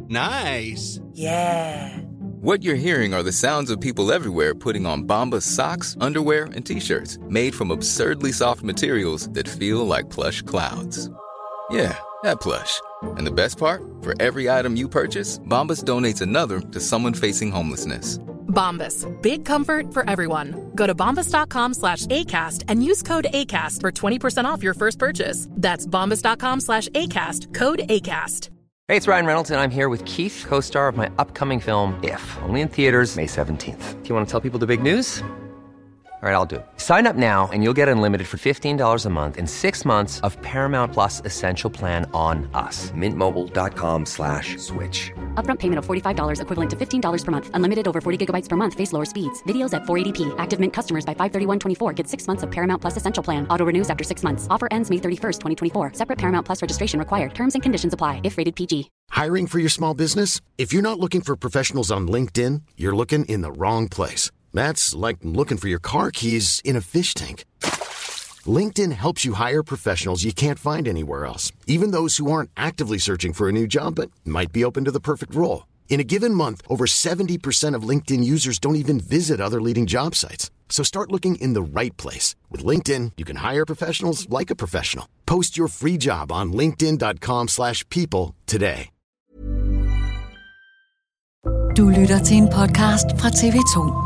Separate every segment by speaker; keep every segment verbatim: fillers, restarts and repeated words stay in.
Speaker 1: Nice.
Speaker 2: Yeah.
Speaker 3: What you're hearing are the sounds of people everywhere putting on Bombas socks, underwear, and T-shirts made from absurdly soft materials that feel like plush clouds. Yeah, that plush. And the best part? For every item you purchase, Bombas donates another to someone facing homelessness.
Speaker 4: Bombas. Big comfort for everyone. Go to bombas.com slash ACAST and use code ACAST for twenty percent off your first purchase. That's bombas.com slash ACAST. Code ACAST.
Speaker 5: Hey, it's Ryan Reynolds, and I'm here with Keith, co-star of my upcoming film, If, only in theaters May seventeenth. Do you want to tell people the big news? All right, I'll do it. Sign up now and you'll get unlimited for fifteen dollars a month and six months of Paramount Plus Essential Plan on us. Mint Mobile dot com slash switch.
Speaker 6: Upfront payment of forty-five dollars equivalent to fifteen dollars per month. Unlimited over forty gigabytes per month. Face lower speeds. Videos at four eighty p. Active Mint customers by five thirty-one twenty-four get six months of Paramount Plus Essential Plan. Auto renews after six months. Offer ends May thirty-first, twenty twenty-four. Separate Paramount Plus registration required. Terms and conditions apply if rated P G.
Speaker 7: Hiring for your small business? If you're not looking for professionals on LinkedIn, you're looking in the wrong place. That's like looking for your car keys in a fish tank. LinkedIn helps you hire professionals you can't find anywhere else, even those who aren't actively searching for a new job but might be open to the perfect role. In a given month, over seventy percent of LinkedIn users don't even visit other leading job sites. So start looking in the right place. With LinkedIn, you can hire professionals like a professional. Post your free job on linkedin dot com slash people today.
Speaker 8: Du lytter til en podcast fra T V to.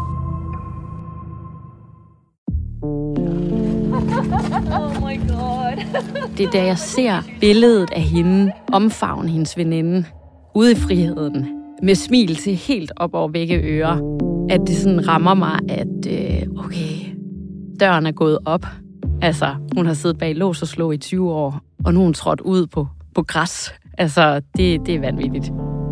Speaker 9: Oh my god.
Speaker 10: Det er da jeg ser billedet af hende omfavne hendes veninde ude i friheden med smil til helt op over begge ører, at det sådan rammer mig, at øh, okay, døren er gået op. Altså, hun har siddet bag lås og slå i tyve år, og nu er hun trådt ud på, på græs. Altså, det, det er vanvittigt.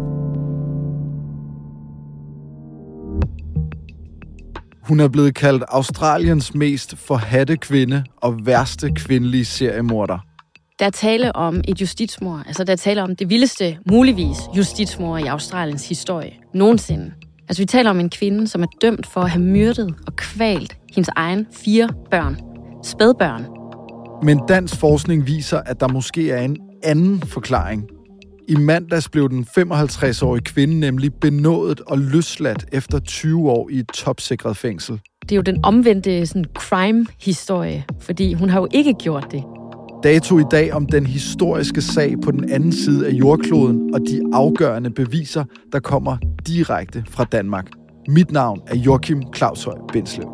Speaker 11: Hun er blevet kaldt Australiens mest forhadte kvinde og værste kvindelige seriemorder.
Speaker 10: Der er tale om et justitsmord. Altså, der er tale om det vildeste, muligvis, justitsmord i Australiens historie nogensinde. Altså, vi taler om en kvinde, som er dømt for at have myrdet og kvalt hendes egen fire børn. Spædbørn.
Speaker 11: Men dansk forskning viser, at der måske er en anden forklaring. I mandags blev den femoghalvtreds-årige kvinde nemlig benådet og løsladt efter tyve år i et topsikret fængsel.
Speaker 10: Det er jo den omvendte sådan, crime-historie, fordi hun har jo ikke gjort det.
Speaker 11: Dato i dag om den historiske sag på den anden side af jordkloden og de afgørende beviser, der kommer direkte fra Danmark. Mit navn er Joachim Claushøj Bindslev.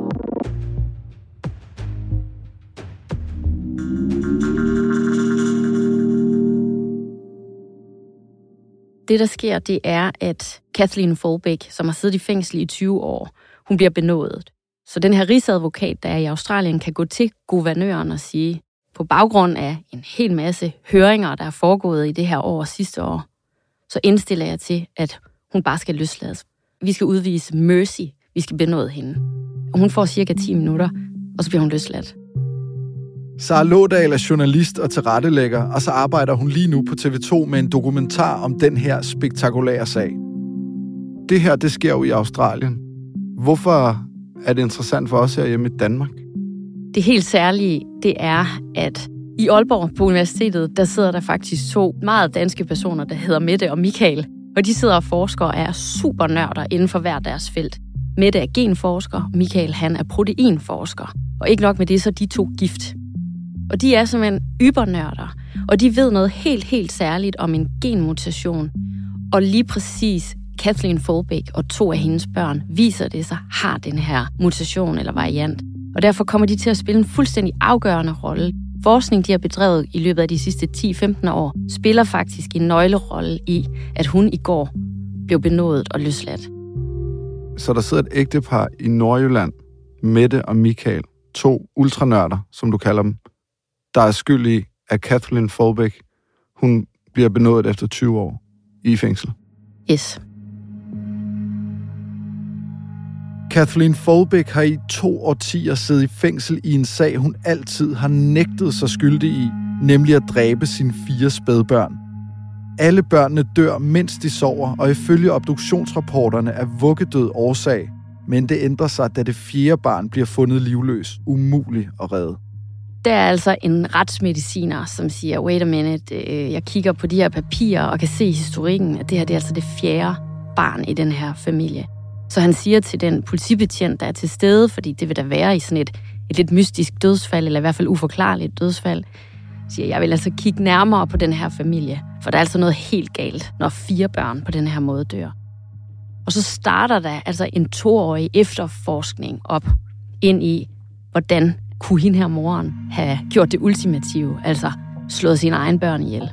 Speaker 10: Det, der sker, det er, at Kathleen Folbig, som har siddet i fængsel i tyve år, hun bliver benådet. Så den her rigsadvokat, der er i Australien, kan gå til guvernøren og sige, på baggrund af en hel masse høringer, der er foregået i det her år og sidste år, så indstiller jeg til, at hun bare skal løslades. Vi skal udvise mercy. Vi skal benåde hende. Og hun får cirka ti minutter, og så bliver hun løsladt.
Speaker 11: Sara Lådahl er journalist og tilrettelægger, og så arbejder hun lige nu på T V to med en dokumentar om den her spektakulære sag. Det her, det sker jo i Australien. Hvorfor er det interessant for os her hjemme i Danmark?
Speaker 10: Det helt særlige, det er, at i Aalborg på universitetet, der sidder der faktisk to meget danske personer, der hedder Mette og Michael. Og de sidder og forsker og er super nørder inden for hver deres felt. Mette er genforsker, og Michael han er proteinforsker. Og ikke nok med det, så de to gift. Og de er simpelthen ybernørder, og de ved noget helt, helt særligt om en genmutation. Og lige præcis Kathleen Folbig og to af hendes børn viser det sig, har den her mutation eller variant. Og derfor kommer de til at spille en fuldstændig afgørende rolle. Forskning, de har bedrevet i løbet af de sidste ti til femten år, spiller faktisk en nøglerolle i, at hun i går blev benådet og løsladt.
Speaker 11: Så der sidder et ægtepar i Nordjylland, Mette og Michael, to ultranørder, som du kalder dem, der er skyld i, at Kathleen Folbig, hun bliver benådet efter tyve år i fængsel.
Speaker 10: Yes.
Speaker 11: Kathleen Folbig har i to årtier siddet i fængsel i en sag, hun altid har nægtet sig skyldig i, nemlig at dræbe sine fire spædbørn. Alle børnene dør, mens de sover, og ifølge obduktionsrapporterne er vuggedød årsag. Men det ændrer sig, da det fjerde barn bliver fundet livløs, umulig at redde.
Speaker 10: der er altså en retsmediciner, som siger, wait a minute, øh, jeg kigger på de her papirer og kan se i historikken, at det her det er altså det fjerde barn i den her familie. Så han siger til den politibetjent, der er til stede, fordi det vil da være i sådan et, et lidt mystisk dødsfald, eller i hvert fald uforklarligt dødsfald, siger, jeg vil altså kigge nærmere på den her familie, for der er altså noget helt galt, når fire børn på den her måde dør. Og så starter der altså en toårig efterforskning op ind i, hvordan kunne hende her moren have gjort det ultimative, altså slået sine egne børn ihjel.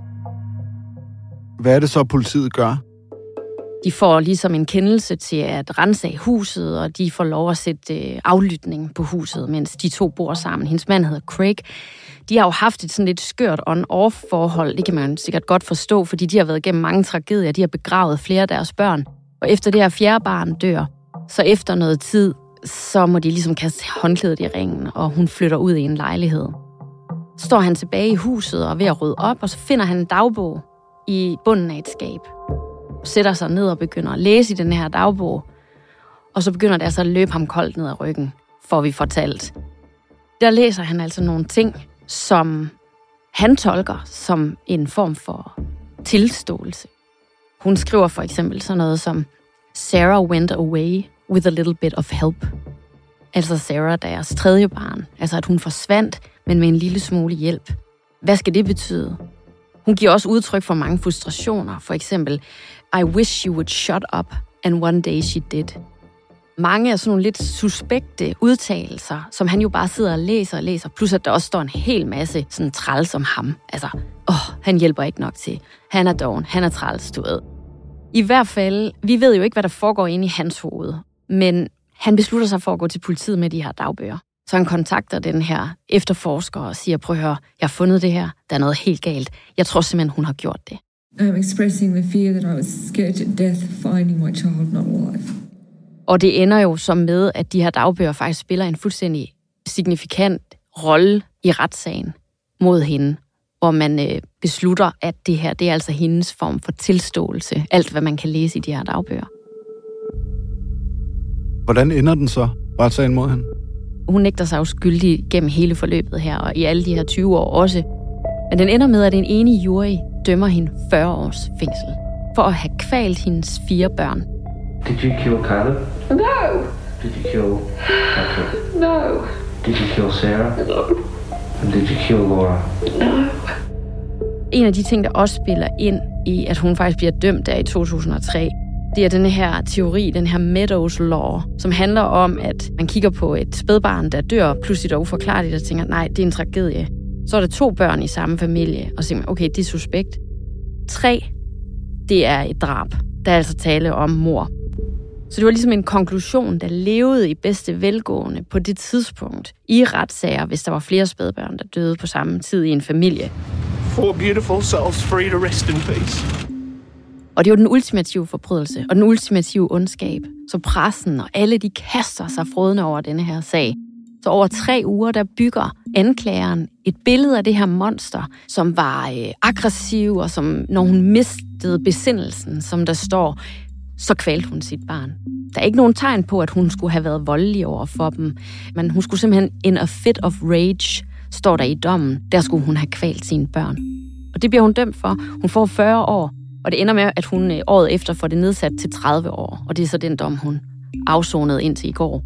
Speaker 11: Hvad er det så, politiet gør?
Speaker 10: De får ligesom en kendelse til at ransage huset, og de får lov at sætte aflytning på huset, mens de to bor sammen. Hendes mand hedder Craig. De har jo haft et sådan lidt skørt on-off-forhold, det kan man sikkert godt forstå, fordi de har været igennem mange tragedier, de har begravet flere af deres børn. Og efter det her fjerde barn dør, så efter noget tid, så må de ligesom kaste håndklædet i ringen, og hun flytter ud i en lejlighed. Så står han tilbage i huset og er ved at rydde op, og så finder han en dagbog i bunden af et skab. Sætter sig ned og begynder at læse i den her dagbog, og så begynder det altså at løbe ham koldt ned ad ryggen, får vi fortalt. Der læser han altså nogle ting, som han tolker som en form for tilståelse. Hun skriver for eksempel sådan noget som, Sarah went away with a little bit of help. Altså Sarah, deres tredje barn. Altså at hun forsvandt, men med en lille smule hjælp. Hvad skal det betyde? Hun giver også udtryk for mange frustrationer. For eksempel, I wish she would shut up, and one day she did. Mange af sådan nogle lidt suspekte udtalelser, som han jo bare sidder og læser og læser, plus at der også står en hel masse sådan træls om ham. Altså, åh, han hjælper ikke nok til. Han er doven, han er træls, du ved. I hvert fald, vi ved jo ikke, hvad der foregår inde i hans hoved, men han beslutter sig for at gå til politiet med de her dagbøger. Så han kontakter den her efterforsker og siger, prøv at høre, jeg har fundet det her, der er noget helt galt. Jeg tror simpelthen, hun har gjort det.
Speaker 1: I'm expressing the fear that I was scared to death finding my child not alive.
Speaker 10: Og det ender jo som med, at de her dagbøger faktisk spiller en fuldstændig signifikant rolle i retssagen mod hende, hvor man øh, beslutter, at det her, det er altså hendes form for tilståelse. Alt, hvad man kan læse i de her dagbøger.
Speaker 11: Hvordan ender den så, retssagen mod hende?
Speaker 10: Hun nægter sig jo skyldig gennem hele forløbet her, og i alle de her tyve år også. Men den ender med, at en enig jury dømmer hende fyrre års fængsel for at have kvalt hendes fire børn.
Speaker 2: Did you kill Caleb?
Speaker 9: No.
Speaker 2: Did you kill Patrick?
Speaker 9: No.
Speaker 2: Did you kill Sarah?
Speaker 9: No.
Speaker 2: And did you kill Laura?
Speaker 9: No.
Speaker 10: En af de ting, der også spiller ind i, at hun faktisk bliver dømt der i to tusind og tre, det er den her teori, den her Meadows Law, som handler om, at man kigger på et spædbarn, der dør pludseligt og uforklarligt, og tænker, nej, det er en tragedie. Så er der to børn i samme familie, og så tænker man, okay, det er suspekt. Tre, det er et drab. Der er altså tale om mord. Så det var ligesom en konklusion, der levede i bedste velgående på det tidspunkt i retssager, hvis der var flere spædbørn, der døde på samme tid i en familie.
Speaker 12: Four beautiful souls free to rest in peace.
Speaker 10: Og det var den ultimative forbrydelse og den ultimative ondskab. Så pressen og alle de kaster sig frådende over denne her sag. Så over tre uger, der bygger anklageren et billede af det her monster, som var øh, aggressiv, og som, når hun mistede besindelsen, som der står, så kvalte hun sit barn. Der er ikke nogen tegn på, at hun skulle have været voldelig over for dem, men hun skulle simpelthen in a fit of rage, står der i dommen, der skulle hun have kvalt sine børn. Og det bliver hun dømt for. Hun får fyrre år, og det ender med, at hun øh, året efter får det nedsat til tredive år, og det er så den dom, hun afsonede indtil i går.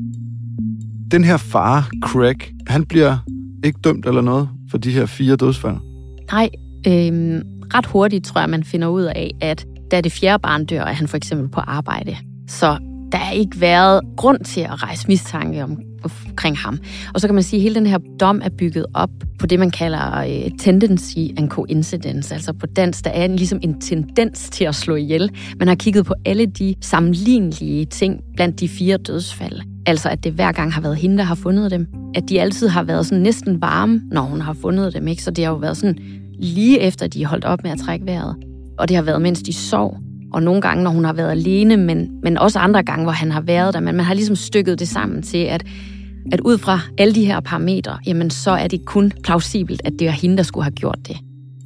Speaker 11: Den her far, Craig, han bliver ikke dømt eller noget for de her fire dødsfald?
Speaker 10: Nej, øh, ret hurtigt tror jeg, man finder ud af, at da det fjerde barn dør, er han for eksempel på arbejde. Så der har ikke været grund til at rejse mistanke om, omkring ham. Og så kan man sige, at hele den her dom er bygget op på det, man kalder uh, tendency and coincidence. Altså på dansk, der er en, ligesom en tendens til at slå ihjel. Man har kigget på alle de sammenlignelige ting blandt de fire dødsfald. Altså at det hver gang har været hende, der har fundet dem. At de altid har været sådan næsten varme, når hun har fundet dem. Ikke? Så det har jo været sådan lige efter, de er holdt op med at trække vejret. Og det har været, mens de sov. Og nogle gange, når hun har været alene, men, men også andre gange, hvor han har været der. Men man har ligesom stykket det sammen til, at, at ud fra alle de her parametre, jamen så er det kun plausibelt, at det er hende, der skulle have gjort det.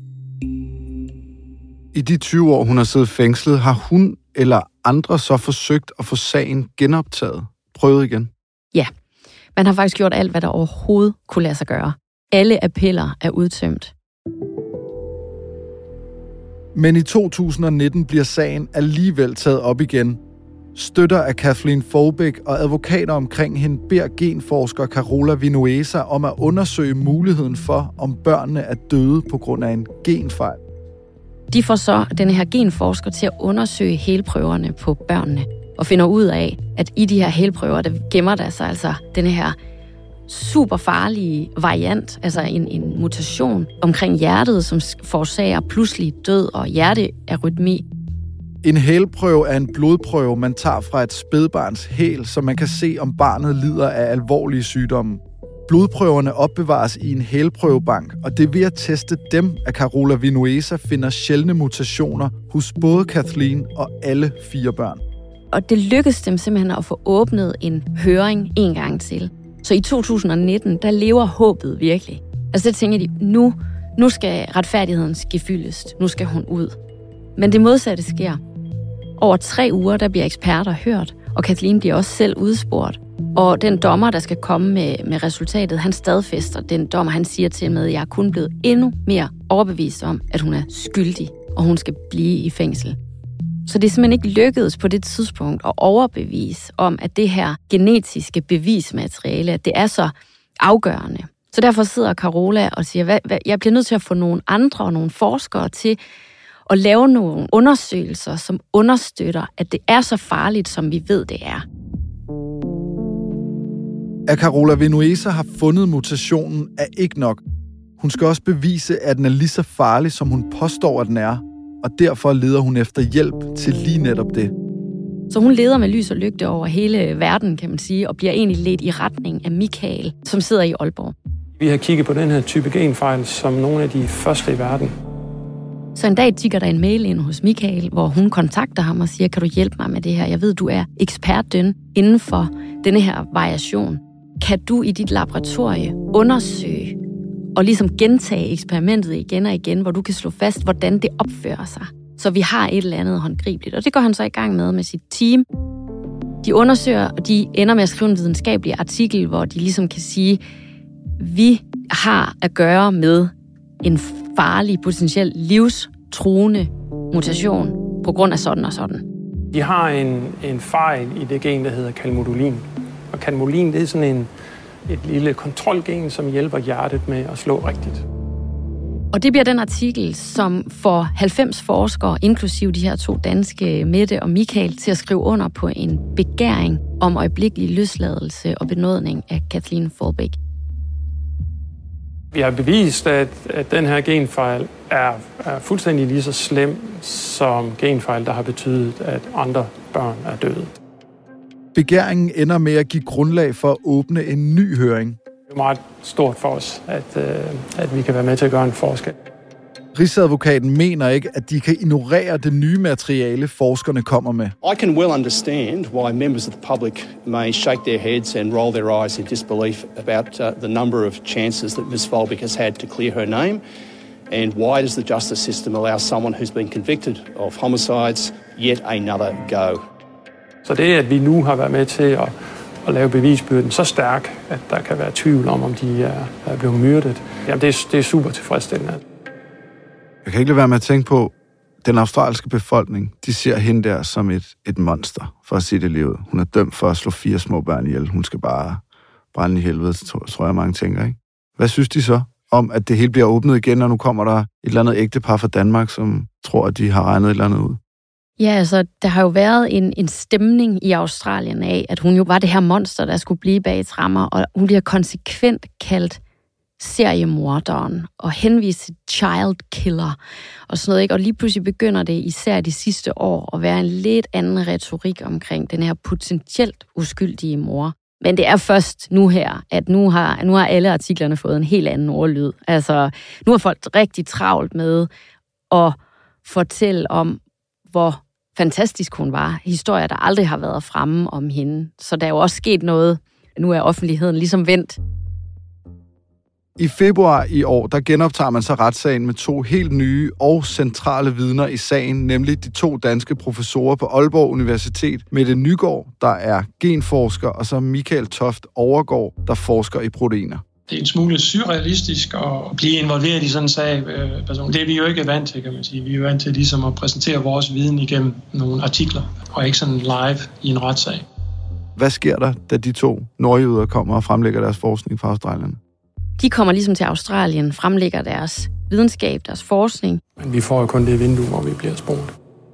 Speaker 11: I de tyve år, hun har siddet fængslet, har hun eller andre så forsøgt at få sagen genoptaget? Prøvet igen?
Speaker 10: Ja, man har faktisk gjort alt, hvad der overhovedet kunne lade sig gøre. Alle appeller er udtømt.
Speaker 11: Men i to tusind nitten bliver sagen alligevel taget op igen. Støtter af Kathleen Folbig og advokater omkring hende beder genforsker Carola Vinuesa om at undersøge muligheden for, om børnene er døde på grund af en genfejl.
Speaker 10: De får så den her genforsker til at undersøge helprøverne på børnene og finder ud af, at i de her helprøver, der gemmer der sig altså den her super farlige variant, altså en, en mutation omkring hjertet, som forårsager pludselig død og hjertearytmi.
Speaker 11: En hælprøve er en blodprøve, man tager fra et spædbarns hæl, så man kan se, om barnet lider af alvorlige sygdomme. Blodprøverne opbevares i en hælprøvebank, og det er ved at teste dem, at Carola Vinuesa finder sjældne mutationer hos både Kathleen og alle fire børn.
Speaker 10: Og det lykkedes dem simpelthen at få åbnet en høring en gang til. Så i to tusind nitten, der lever håbet virkelig. Altså det tænker de, nu, nu skal retfærdigheden ske fyldest. Nu skal hun ud. Men det modsatte sker. Over tre uger, der bliver eksperter hørt, og Kathleen bliver også selv udspurgt. Og den dommer, der skal komme med, med resultatet, han stadfæster den dommer, han siger til med, at jeg er kun blevet endnu mere overbevist om, at hun er skyldig, og hun skal blive i fængsel. Så det er simpelthen ikke lykkedes på det tidspunkt at overbevise om, at det her genetiske bevismateriale, at det er så afgørende. Så derfor sidder Carola og siger, hvad, hvad, jeg bliver nødt til at få nogle andre og nogle forskere til at lave nogle undersøgelser, som understøtter, at det er så farligt, som vi ved, det er.
Speaker 11: At Carola Vinuesa har fundet mutationen er ikke nok. Hun skal også bevise, at den er lige så farlig, som hun påstår, at den er. Og derfor leder hun efter hjælp til lige netop det.
Speaker 10: Så hun leder med lys og lygte over hele verden, kan man sige, og bliver egentlig ledt i retning af Michael, som sidder i Aalborg.
Speaker 13: Vi har kigget på den her type genfejl som nogle af de første i verden.
Speaker 10: Så en dag tikker der en mail ind hos Michael, hvor hun kontakter ham og siger, kan du hjælpe mig med det her? Jeg ved, du er eksperten inden for denne her variation. Kan du i dit laboratorie undersøge og ligesom gentage eksperimentet igen og igen, hvor du kan slå fast, hvordan det opfører sig. Så vi har et eller andet håndgribeligt. Og det går han så i gang med med sit team. De undersøger, og de ender med at skrive en videnskabelig artikel, hvor de ligesom kan sige, vi har at gøre med en farlig, potentielt livstruende mutation på grund af sådan og sådan.
Speaker 13: De har en, en fejl i det gen, der hedder calmodulin. Og calmodulin, det er sådan en et lille kontrolgen, som hjælper hjertet med at slå rigtigt.
Speaker 10: Og det bliver den artikel, som får halvfems forskere, inklusive de her to danske, Mette og Michael, til at skrive under på en begæring om øjeblikkelig løsladelse og benådning af Kathleen Folbig.
Speaker 13: Vi har bevist, at, at den her genfejl er, er fuldstændig lige så slem som genfejl, der har betydet, at andre børn er døde.
Speaker 11: Begæringen ender med at give grundlag for at åbne en ny høring.
Speaker 13: Det er meget stort for os, at, øh, at vi kan være med til at gøre en forskel.
Speaker 11: Rigsadvokaten mener ikke, at de kan ignorere det nye materiale, forskerne kommer med.
Speaker 12: I can well understand why members of the public may shake their heads and roll their eyes in disbelief about uh, the number of chances that Miz Folbig has had to clear her name, and why does the justice system allow someone who's been convicted of homicides yet another go?
Speaker 13: Så det, at vi nu har været med til at, at lave bevisbyrden så stærk, at der kan være tvivl om, om de er, er blevet myrdet, jamen det er, det er super tilfredsstillende.
Speaker 11: Jeg kan ikke lade være med at tænke på, den australske befolkning, de ser hende der som et, et monster, for at sige det livet. Hun er dømt for at slå fire små børn ihjel. Hun skal bare brænde i helvede, tror jeg mange tænker, ikke? Hvad synes de så om, at det hele bliver åbnet igen, og nu kommer der et eller andet ægtepar fra Danmark, som tror, at de har regnet et eller andet ud?
Speaker 10: Ja, altså, der har jo været en, en stemning i Australien af, at hun jo var det her monster, der skulle blive bag tremmer, og hun bliver konsekvent kaldt seriemorderen og henvist til child killer og sådan noget, ikke? Og lige pludselig begynder det især de sidste år at være en lidt anden retorik omkring den her potentielt uskyldige mor. Men det er først nu her, at nu har, nu har alle artiklerne fået en helt anden ordlyd. Altså, nu har folk rigtig travlt med at fortælle om, hvor fantastisk hun var. Historier, der aldrig har været fremme om hende. Så der er jo også sket noget. Nu er offentligheden ligesom vendt.
Speaker 11: I februar i år, der genoptager man så retssagen med to helt nye og centrale vidner i sagen, nemlig de to danske professorer på Aalborg Universitet, Mette Nygaard, der er genforsker, og så Michael Toft Overgaard, der forsker i proteiner.
Speaker 13: Det er en smule surrealistisk at blive involveret i sådan en sag. Det er vi jo ikke vant til, kan man sige. Vi er jo vant til ligesom at præsentere vores viden igennem nogle artikler, og ikke sådan live i en retssag.
Speaker 11: Hvad sker der, da de to nordjyder kommer og fremlægger deres forskning fra Australien?
Speaker 10: De kommer ligesom til Australien, fremlægger deres videnskab, deres forskning.
Speaker 13: Men vi får jo kun det vindue, hvor vi bliver spurgt.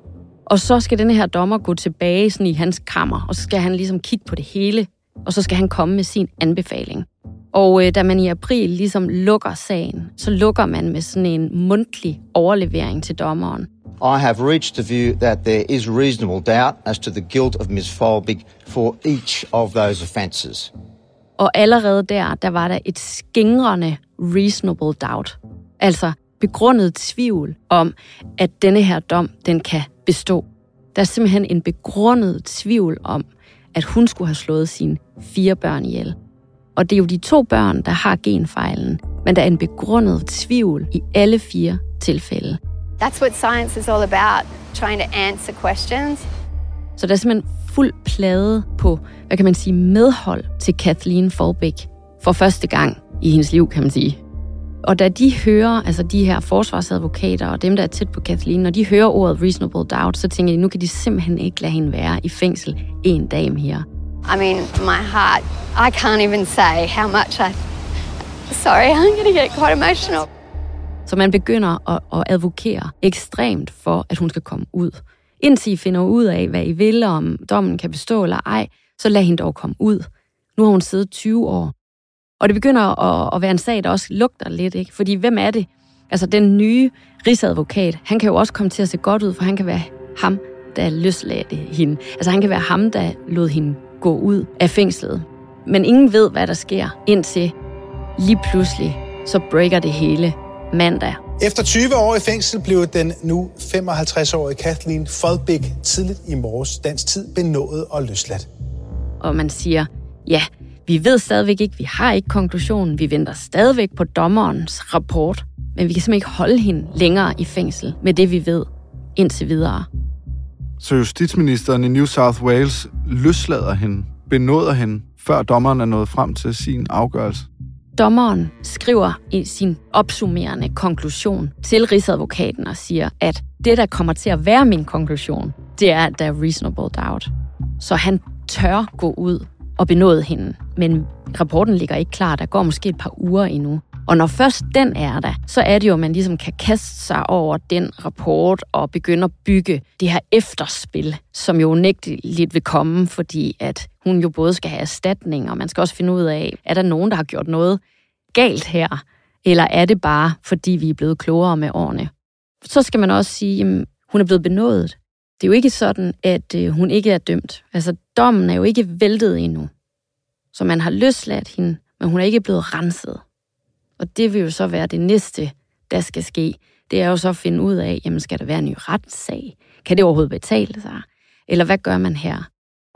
Speaker 10: Og så skal denne her dommer gå tilbage sådan i hans kammer, og så skal han ligesom kigge på det hele, og så skal han komme med sin anbefaling. Og øh, da man i april ligesom lukker sagen, så lukker man med sådan en mundtlig overlevering til dommeren.
Speaker 14: I have reached the view that there is reasonable doubt as to the guilt of Miss Folbig for each of those offences.
Speaker 10: Og allerede der, der var der et skingrende reasonable doubt. Altså begrundet tvivl om, at denne her dom, den kan bestå. Der er simpelthen en begrundet tvivl om, at hun skulle have slået sine fire børn ihjel. Og det er jo de to børn, der har genfejlen, men der er en begrundet tvivl i alle fire tilfælde.
Speaker 15: That's what science is all about, trying to answer questions.
Speaker 10: Så der er simpelthen fuld plade på, hvad kan man sige, medhold til Kathleen Folbig for første gang i hendes liv, kan man sige. Og da de hører, altså de her forsvarsadvokater og dem, der er tæt på Kathleen, når de hører ordet reasonable doubt, så tænker de, nu kan de simpelthen ikke lade hende være i fængsel en dag mere.
Speaker 15: I mean, my heart, I can't even say how much I... Sorry, I'm going to get quite emotional.
Speaker 10: Så man begynder at, at advokere ekstremt for, at hun skal komme ud. Indtil I finder ud af, hvad I vil, om dommen kan bestå eller ej, så lad hende dog komme ud. Nu har hun siddet tyve år. Og det begynder at, at være en sag, der også lugter lidt, ikke? Fordi hvem er det? Altså den nye rigsadvokat, han kan jo også komme til at se godt ud, for han kan være ham, der løsladte hende. Altså han kan være ham, der lod hende gå ud af fængslet. Men ingen ved, hvad der sker, indtil lige pludselig, så breaker det hele mandag.
Speaker 16: Efter tyve år i fængsel blev den nu femoghalvtreds-årige Kathleen Folbig tidligt i morges dansk tid benådet og løsladt.
Speaker 10: Og man siger, ja, vi ved stadigvæk ikke, vi har ikke konklusionen, vi venter stadigvæk på dommerens rapport, men vi kan simpelthen ikke holde hende længere i fængsel med det, vi ved indtil videre.
Speaker 11: Så justitsministeren i New South Wales løslader hende, benåder hende, før dommeren er nået frem til sin afgørelse.
Speaker 10: Dommeren skriver i sin opsummerende konklusion til rigsadvokaten og siger, at det, der kommer til at være min konklusion, det er, at der er reasonable doubt. Så han tør gå ud og benåde hende, men rapporten ligger ikke klar. Der går måske et par uger endnu. Og når først den er der, så er det jo, at man ligesom kan kaste sig over den rapport og begynde at bygge det her efterspil, som jo unægteligt vil komme, fordi at hun jo både skal have erstatning, og man skal også finde ud af, er der nogen, der har gjort noget galt her, eller er det bare, fordi vi er blevet klogere med årene. Så skal man også sige, at hun er blevet benådet. Det er jo ikke sådan, at hun ikke er dømt. Altså, dommen er jo ikke væltet endnu. Så man har løsladt hende, men hun er ikke blevet renset. Og det vil jo så være det næste, der skal ske. Det er jo så at finde ud af, jamen skal der være en ny retssag? Kan det overhovedet betale sig? Eller hvad gør man her?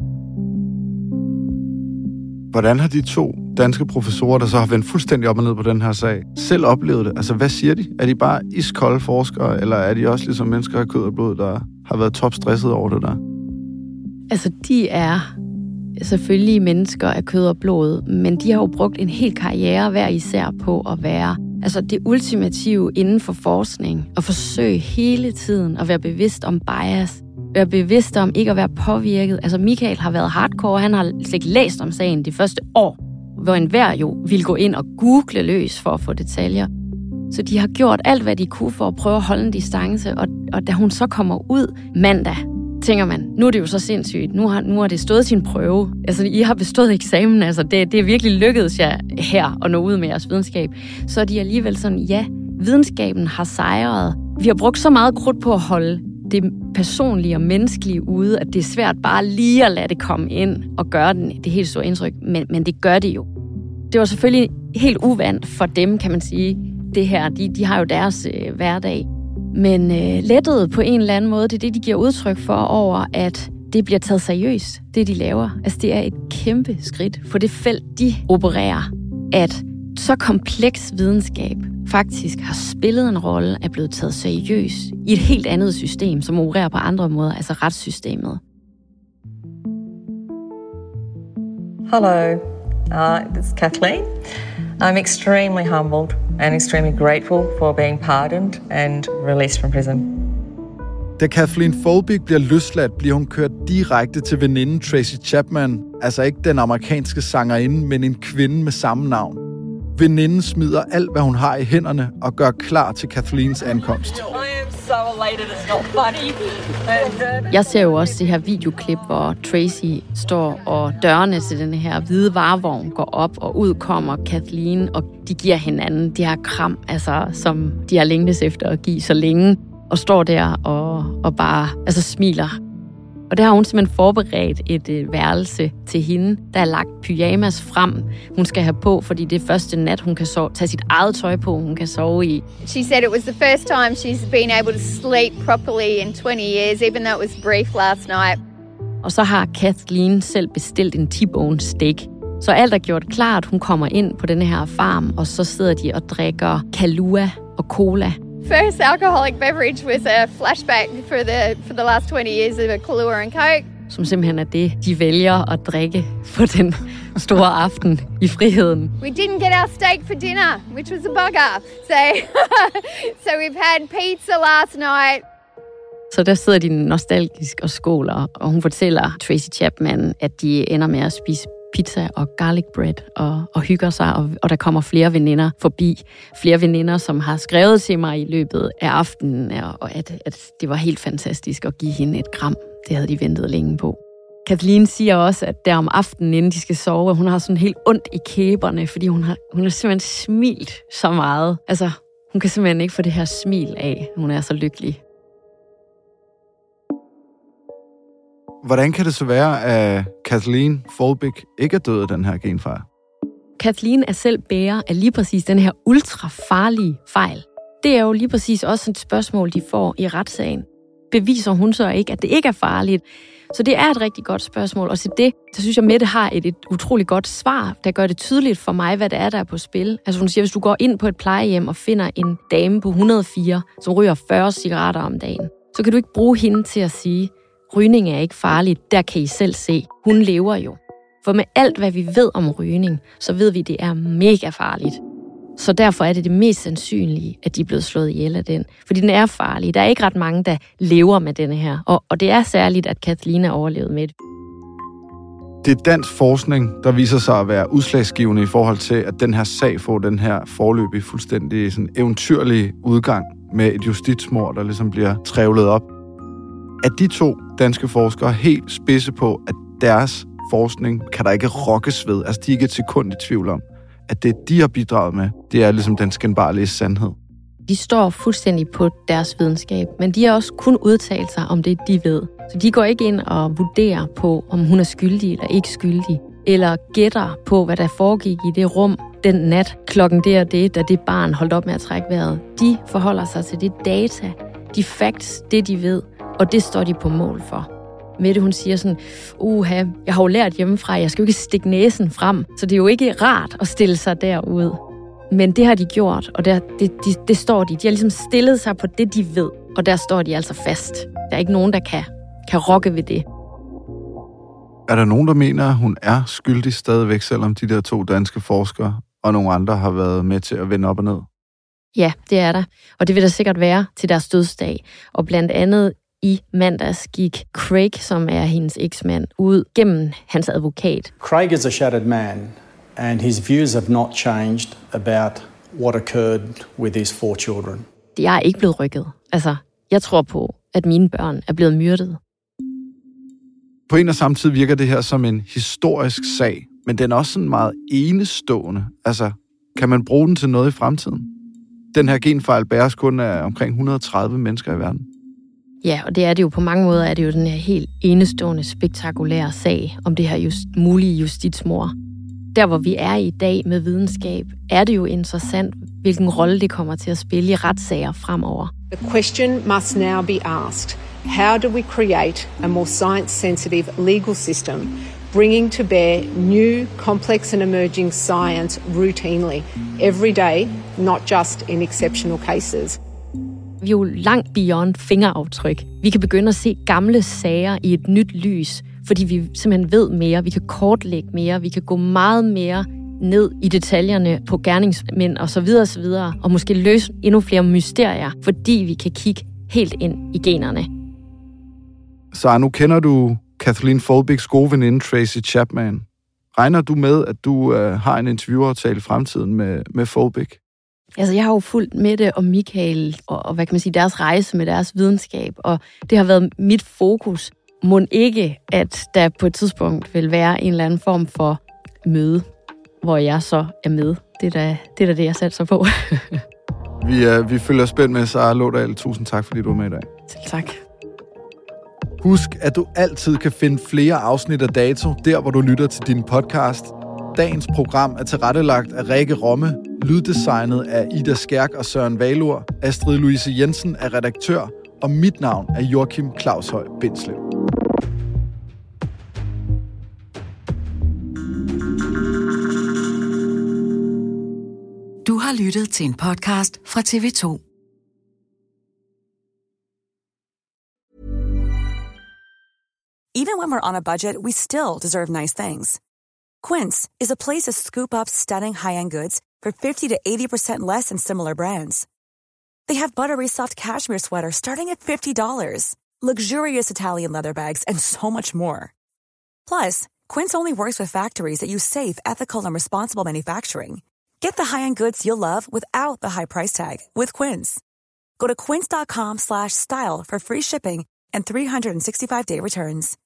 Speaker 11: Hvordan har de to danske professorer, der så har vendt fuldstændig op og ned på den her sag, selv oplevet det? Altså, hvad siger de? Er de bare iskolde forskere, eller er de også ligesom mennesker af kød og blod, der har været topstresset over det der?
Speaker 10: Altså, de er selvfølgelig mennesker af kød og blod, men de har jo brugt en hel karriere hver især på at være altså det ultimative inden for forskning, og forsøge hele tiden at være bevidst om bias, være bevidst om ikke at være påvirket. Altså Michael har været hardcore, han har slet ikke læst om sagen de første år, hvor enhver jo ville gå ind og google løs for at få detaljer. Så de har gjort alt, hvad de kunne for at prøve at holde en distance, og, og da hun så kommer ud mandag, tænker man, nu er det jo så sindssygt, nu har, nu har det stået sin prøve. Altså, I har bestået eksamen, altså det, det er virkelig lykkedes jer her at nå ud med jeres videnskab. Så er de alligevel sådan, ja, videnskaben har sejret. Vi har brugt så meget krudt på at holde det personlige og menneskelige ude, at det er svært bare lige at lade det komme ind og gøre den, det helt store indtryk, men, men det gør det jo. Det var selvfølgelig helt uvandt for dem, kan man sige, det her. De, de har jo deres øh, hverdag. Men øh, lettet på en eller anden måde, det er det, de giver udtryk for over, at det bliver taget seriøst, det de laver. Altså det er et kæmpe skridt for det felt, de opererer, at så kompleks videnskab faktisk har spillet en rolle, er blevet taget seriøst i et helt andet system, som opererer på andre måder, altså retssystemet.
Speaker 17: Hello, uh, this is Kathleen. I'm extremely humbled and extremely grateful for being pardoned and released from prison.
Speaker 11: Da Kathleen Folbig bliver løsladt, bliver hun kørt direkte til veninden Tracy Chapman, altså ikke den amerikanske sangerinde, men en kvinde med samme navn. Veninden smider alt, hvad hun har i hænderne, og gør klar til Kathleens ankomst.
Speaker 10: Jeg ser jo også det her videoklip, hvor Tracy står, og dørene til den her hvide varevogn går op, og ud kommer Kathleen, og de giver hinanden de her kram, altså, som de har længtes efter at give så længe, og står der og, og bare altså, smiler. Og der har hun simpelthen forberedt et øh, værelse til hende. Der er lagt pyjamas frem, hun skal have på, fordi det er første nat, hun kan sove, tage sit eget tøj på, hun kan sove i.
Speaker 15: She said it was the first time she's been able to sleep properly in twenty years, even though it was brief last night.
Speaker 10: Og så har Kathleen selv bestilt en T-bone steak. Så alt er gjort klart, hun kommer ind på denne her farm, og så sidder de og drikker Kahlua og cola.
Speaker 15: First alcoholic beverage was a flashback for the for the last twenty years of Kahlua and Coke.
Speaker 10: Som simpelthen er det, de vælger at drikke på den store aften i friheden.
Speaker 15: We didn't get our steak for dinner, which was a bugger. So, so we've had pizza last night.
Speaker 10: Så der sidder de nostalgisk og skåler, og hun fortæller Tracy Chapman, at de ender med at spise pizza og garlic bread og, og hygger sig, og, og der kommer flere veninder forbi. Flere veninder, som har skrevet til mig i løbet af aftenen, og, og at, at det var helt fantastisk at give hende et kram. Det havde de ventet længe på. Kathleen siger også, at der om aftenen, inden de skal sove, hun har sådan helt ondt i kæberne, fordi hun har, hun har simpelthen smilt så meget. Altså, hun kan simpelthen ikke få det her smil af. Hun er så lykkelig.
Speaker 11: Hvordan kan det så være, at Kathleen Folbig ikke er død af den her genfejl?
Speaker 10: Kathleen er selv bærer af lige præcis den her ultrafarlige fejl. Det er jo lige præcis også et spørgsmål, de får i retssagen. Beviser hun så ikke, at det ikke er farligt? Så det er et rigtig godt spørgsmål, og til det, så synes jeg, Mette har et, et utroligt godt svar, der gør det tydeligt for mig, hvad det er, der er på spil. Altså hun siger, hvis du går ind på et plejehjem og finder en dame på et hundrede og fire, som ryger fyrre cigaretter om dagen, så kan du ikke bruge hende til at sige, rygning er ikke farligt, der kan I selv se. Hun lever jo. For med alt, hvad vi ved om rygning, så ved vi, at det er mega farligt. Så derfor er det det mest sandsynlige, at de er blevet slået ihjel af den. Fordi den er farlig. Der er ikke ret mange, der lever med denne her. Og, og det er særligt, at Kathleen er overlevet med det.
Speaker 11: Det er dansk forskning, der viser sig at være udslagsgivende i forhold til, at den her sag får den her forløbig fuldstændig sådan eventyrlige udgang med et justitsmord, der ligesom bliver trævlet op. At de to danske forskere helt spidse på, at deres forskning kan der ikke rokkes ved. Altså, de er ikke et sekund i tvivl om, at det, de har bidraget med, det er ligesom den skinbarlige sandhed.
Speaker 10: De står fuldstændig på deres videnskab, men de har også kun udtalt sig om det, de ved. Så de går ikke ind og vurderer på, om hun er skyldig eller ikke skyldig, eller gætter på, hvad der foregik i det rum den nat, klokken det og det, da det barn holdt op med at trække vejret. De forholder sig til det data, de facts, det de ved, og det står de på mål for. Mette, hun siger sådan, uha, jeg har jo lært hjemmefra, jeg skal jo ikke stikke næsen frem, så det er jo ikke rart at stille sig derud. Men det har de gjort, og der, det, de, det står de. De har ligesom stillet sig på det, de ved, og der står de altså fast. Der er ikke nogen, der kan, kan rokke ved det.
Speaker 11: Er der nogen, der mener, at hun er skyldig stadigvæk, selvom de der to danske forskere og nogle andre har været med til at vende op og ned?
Speaker 10: Ja, det er der. Og det vil der sikkert være til deres dødsdag. Og blandt andet i mandags gik Craig, som er hendes eksmand, ud gennem hans advokat.
Speaker 18: Craig is a shattered man, and his views have not changed about what occurred with his four children.
Speaker 10: Jeg er ikke blevet rykket. Altså, jeg tror på, at mine børn er blevet myrdet.
Speaker 11: På en og samme tid virker det her som en historisk sag, men den er også sådan meget enestående. Altså, kan man bruge den til noget i fremtiden? Den her genfejl bæres kun af omkring et hundrede og tredive mennesker i verden.
Speaker 10: Ja, og det er det jo på mange måder, er det jo den her helt enestående, spektakulære sag om det her just, mulige justitsmord. Der, hvor vi er i dag med videnskab, er det jo interessant, hvilken rolle det kommer til at spille i retssager fremover.
Speaker 19: The question must now be asked. How do we create a more science-sensitive legal system, bringing to bear new, complex and emerging science routinely, every day, not just in exceptional cases?
Speaker 10: Vi er jo langt beyond fingeraftryk. Vi kan begynde at se gamle sager i et nyt lys, fordi vi simpelthen ved mere, vi kan kortlægge mere, vi kan gå meget mere ned i detaljerne på gerningsmænd og så videre og så videre, og måske løse endnu flere mysterier, fordi vi kan kigge helt ind i generne.
Speaker 11: Så nu kender du Kathleen Folbigs gode veninde Tracy Chapman. Regner du med, at du øh, har en interviewaftale i fremtiden med, med Folbig?
Speaker 10: Altså, jeg har jo fulgt Mette og Michael, og, og hvad kan man sige, deres rejse med deres videnskab, og det har været mit fokus. Mon ikke, at der på et tidspunkt vil være en eller anden form for møde, hvor jeg så er med. Det er da det, er da det jeg satser på.
Speaker 11: vi, øh, vi følger spændt med, Sara Lodal. Tusind tak, fordi du var med i dag.
Speaker 10: Selv tak.
Speaker 11: Husk, at du altid kan finde flere afsnit af Dato, der hvor du lytter til din podcast. Dagens program er tilrettelagt af Rikke Romme, lyddesignet af Ida Skærk og Søren Valur, Astrid Louise Jensen er redaktør, og mit navn er Joachim Claushøj Bindslev.
Speaker 8: Du har lyttet til en podcast fra T V to.
Speaker 20: Even when we're on a budget, we still deserve nice things. Quince is a place to scoop up stunning high-end goods for fifty to eighty percent less than similar brands. They have buttery soft cashmere sweaters starting at fifty dollars, luxurious Italian leather bags, and so much more. Plus, Quince only works with factories that use safe, ethical, and responsible manufacturing. Get the high-end goods you'll love without the high price tag with Quince. Go to quince dot com slash style for free shipping and three sixty-five day returns.